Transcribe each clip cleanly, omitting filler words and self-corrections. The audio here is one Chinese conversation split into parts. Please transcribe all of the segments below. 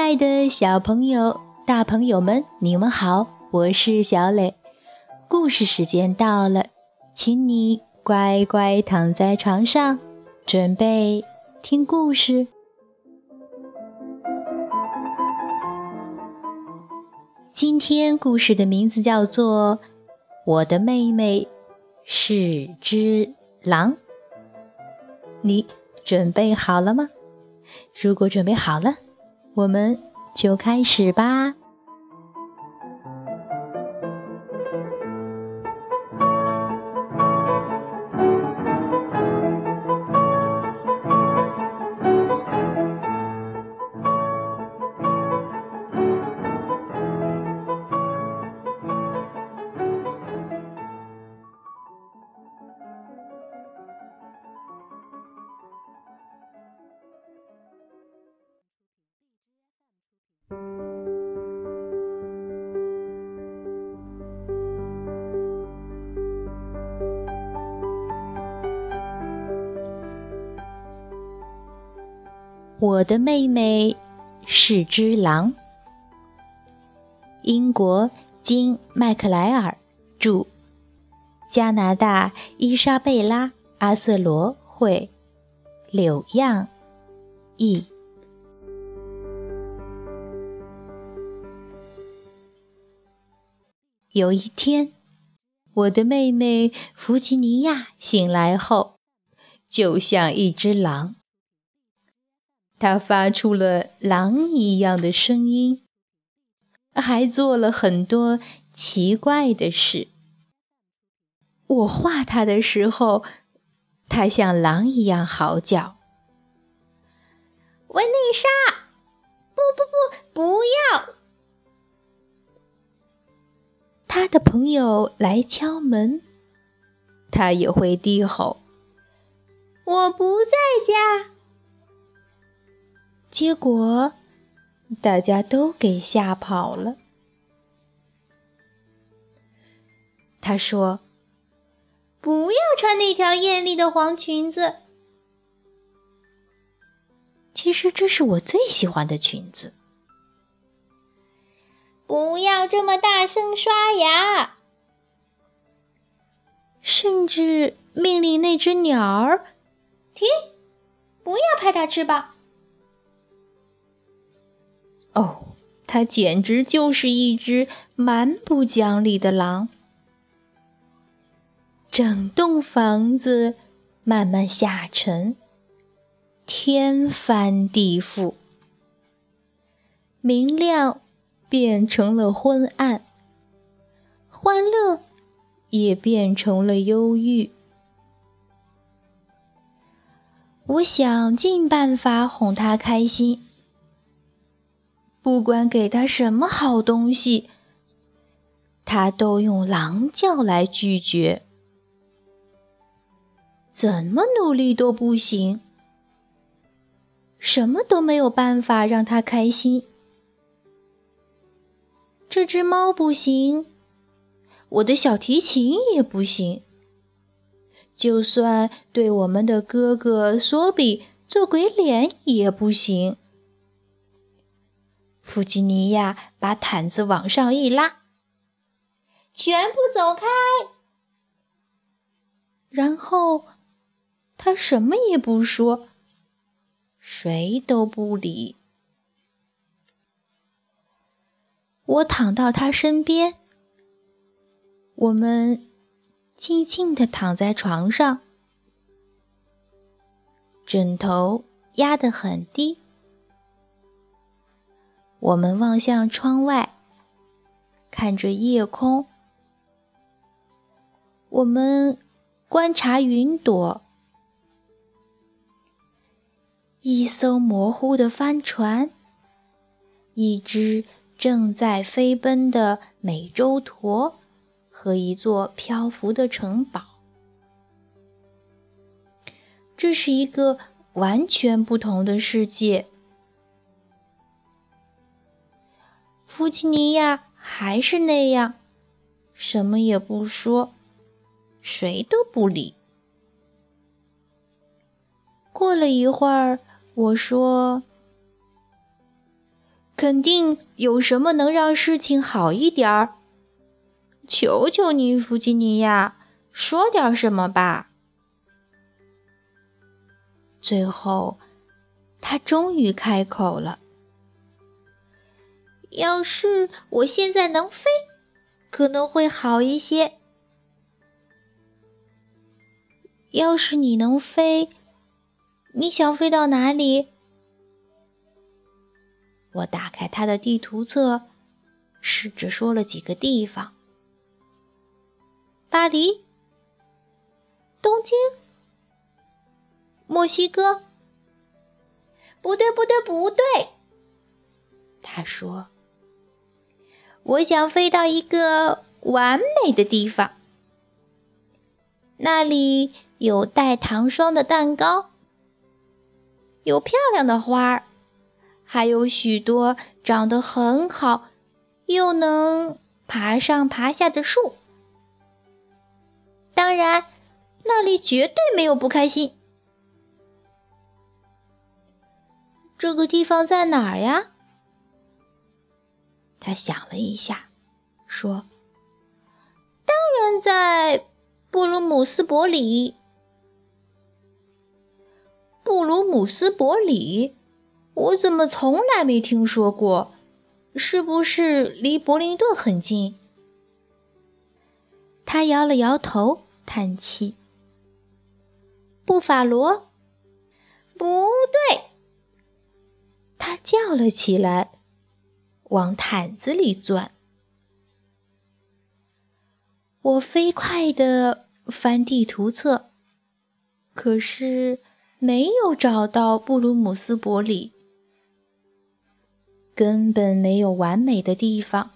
爱的小朋友、大朋友们，你们好，我是小磊。故事时间到了，请你乖乖躺在床上，准备听故事。今天故事的名字叫做《我的妹妹是只狼》。你准备好了吗？如果准备好了，我们就开始吧。我的妹妹是只狼。英国金·麦克莱尔著，加拿大伊莎贝拉·阿瑟罗绘，柳样译。有一天，我的妹妹弗吉尼亚醒来后，就像一只狼。她发出了狼一样的声音，还做了很多奇怪的事。我画她的时候，她像狼一样嚎叫：“温妮莎，不要！”她的朋友来敲门，她也会低吼：“我不在家。”结果大家都给吓跑了。他说：“不要穿那条艳丽的黄裙子。其实这是我最喜欢的裙子。不要这么大声刷牙。甚至命令那只鸟儿停，不要拍它翅膀。哦，它简直就是一只蛮不讲理的狼。整栋房子慢慢下沉，天翻地覆，明亮变成了昏暗，欢乐也变成了忧郁。我想尽办法哄他开心，不管给他什么好东西，他都用狼叫来拒绝。怎么努力都不行，什么都没有办法让他开心。这只猫不行，我的小提琴也不行，就算对我们的哥哥索比做鬼脸也不行。弗吉尼亚把毯子往上一拉，全部走开。然后他什么也不说，谁都不理。我躺到他身边，我们静静地躺在床上，枕头压得很低。我们望向窗外，看着夜空。我们观察云朵。一艘模糊的帆船，一只正在飞奔的美洲驼和一座漂浮的城堡。这是一个完全不同的世界。弗吉尼亚还是那样，什么也不说，谁都不理。过了一会儿，我说：“ 肯定有什么能让事情好一点儿。求求你，弗吉尼亚，说点什么吧。最后，他终于开口了。要是我现在能飞，可能会好一些。要是你能飞，你想飞到哪里？我打开他的地图册，试着说了几个地方：巴黎、东京、墨西哥。不对，不对，不对！他说：“我想飞到一个完美的地方，那里有带糖霜的蛋糕，有漂亮的花儿，还有许多长得很好又能爬上爬下的树。当然，那里绝对没有不开心。这个地方在哪儿呀？”他想了一下，说：“当然在布鲁姆斯伯里。”布鲁姆斯伯里？我怎么从来没听说过？是不是离柏林顿很近？他摇了摇头，叹气。布法罗？不对！他叫了起来，往毯子里钻。我飞快地翻地图册，可是没有找到布鲁姆斯伯里，根本没有完美的地方。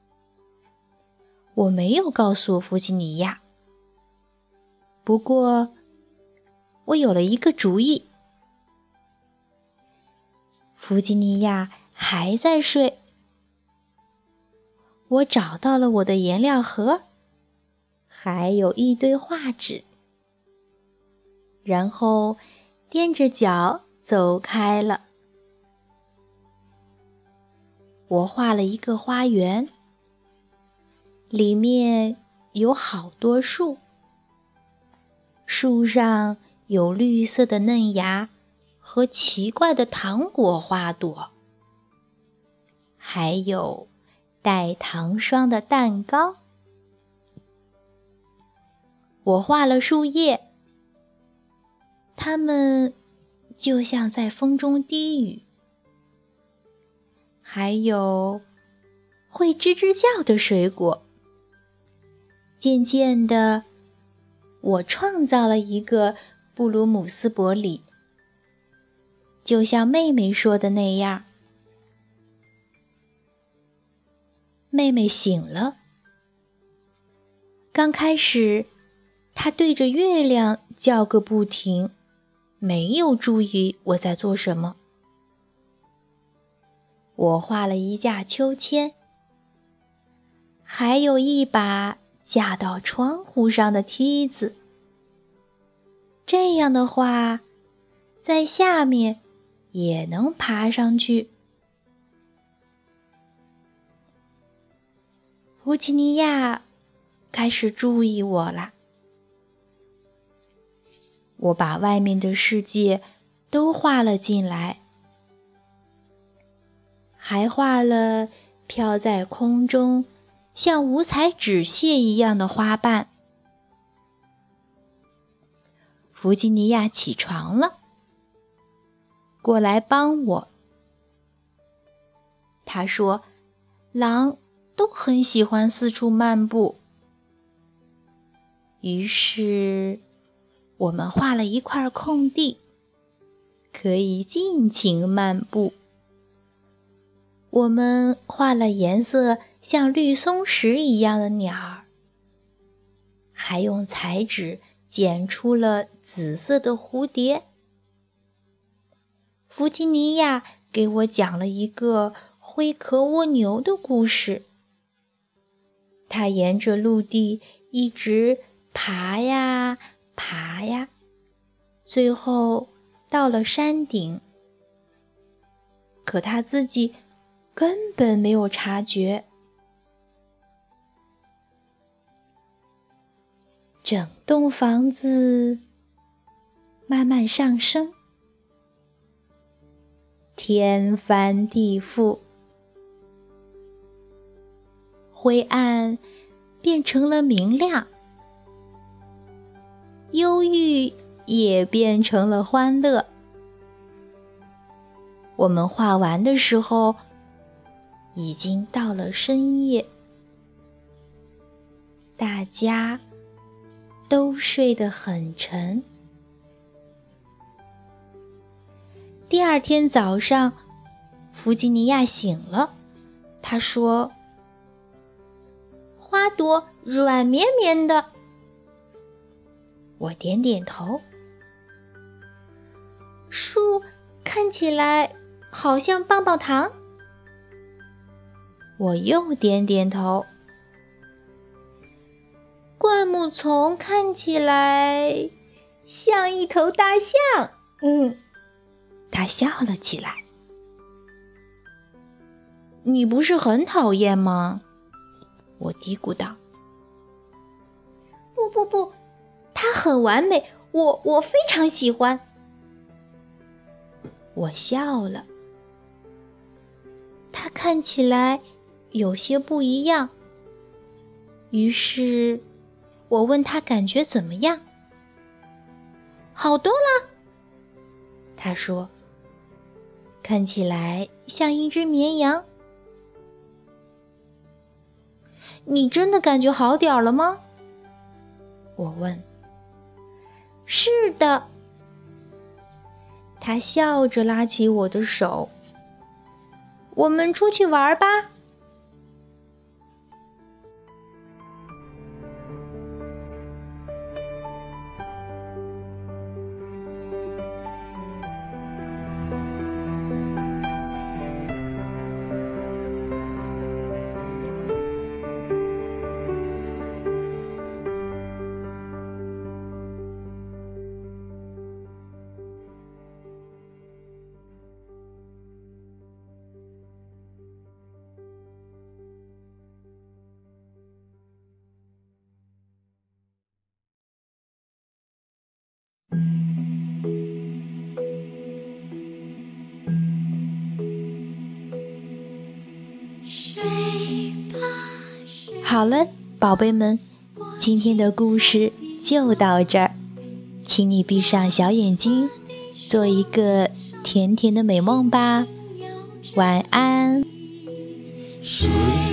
我没有告诉弗吉尼亚，不过我有了一个主意。弗吉尼亚还在睡，我找到了我的颜料盒，还有一堆画纸，然后踮着脚走开了。我画了一个花园，里面有好多树，树上有绿色的嫩芽和奇怪的糖果花朵，还有带糖霜的蛋糕。我画了树叶，它们就像在风中低语，还有会吱吱叫的水果。渐渐的，我创造了一个布鲁姆斯伯里，就像妹妹说的那样。妹妹醒了，刚开始她对着月亮叫个不停，没有注意我在做什么。我画了一架秋千，还有一把架到窗户上的梯子。这样的话，在下面也能爬上去。弗吉尼亚开始注意我了。我把外面的世界都画了进来，还画了飘在空中像五彩纸屑一样的花瓣。弗吉尼亚起床了，过来帮我。他说，狼都很喜欢四处漫步。于是我们画了一块空地，可以尽情漫步。我们画了颜色像绿松石一样的鸟儿，还用彩纸剪出了紫色的蝴蝶。弗吉尼亚给我讲了一个灰壳蜗牛的故事。它沿着陆地一直爬呀爬呀，最后到了山顶。可它自己根本没有察觉。整栋房子慢慢上升，天翻地覆，灰暗变成了明亮，忧郁也变成了欢乐。我们画完的时候，已经到了深夜，大家都睡得很沉。第二天早上，弗吉尼亚醒了，她说：“花朵软绵绵的。”我点点头。树看起来好像棒棒糖。我又点点头。灌木丛看起来像一头大象。他笑了起来。你不是很讨厌吗？我嘀咕道。不，它很完美，我非常喜欢。我笑了。它看起来有些不一样，于是我问他感觉怎么样。好多了，他说，看起来像一只绵羊。你真的感觉好点儿了吗？我问。是的。他笑着拉起我的手。我们出去玩吧。好了，宝贝们，今天的故事就到这儿，请你闭上小眼睛，做一个甜甜的美梦吧，晚安。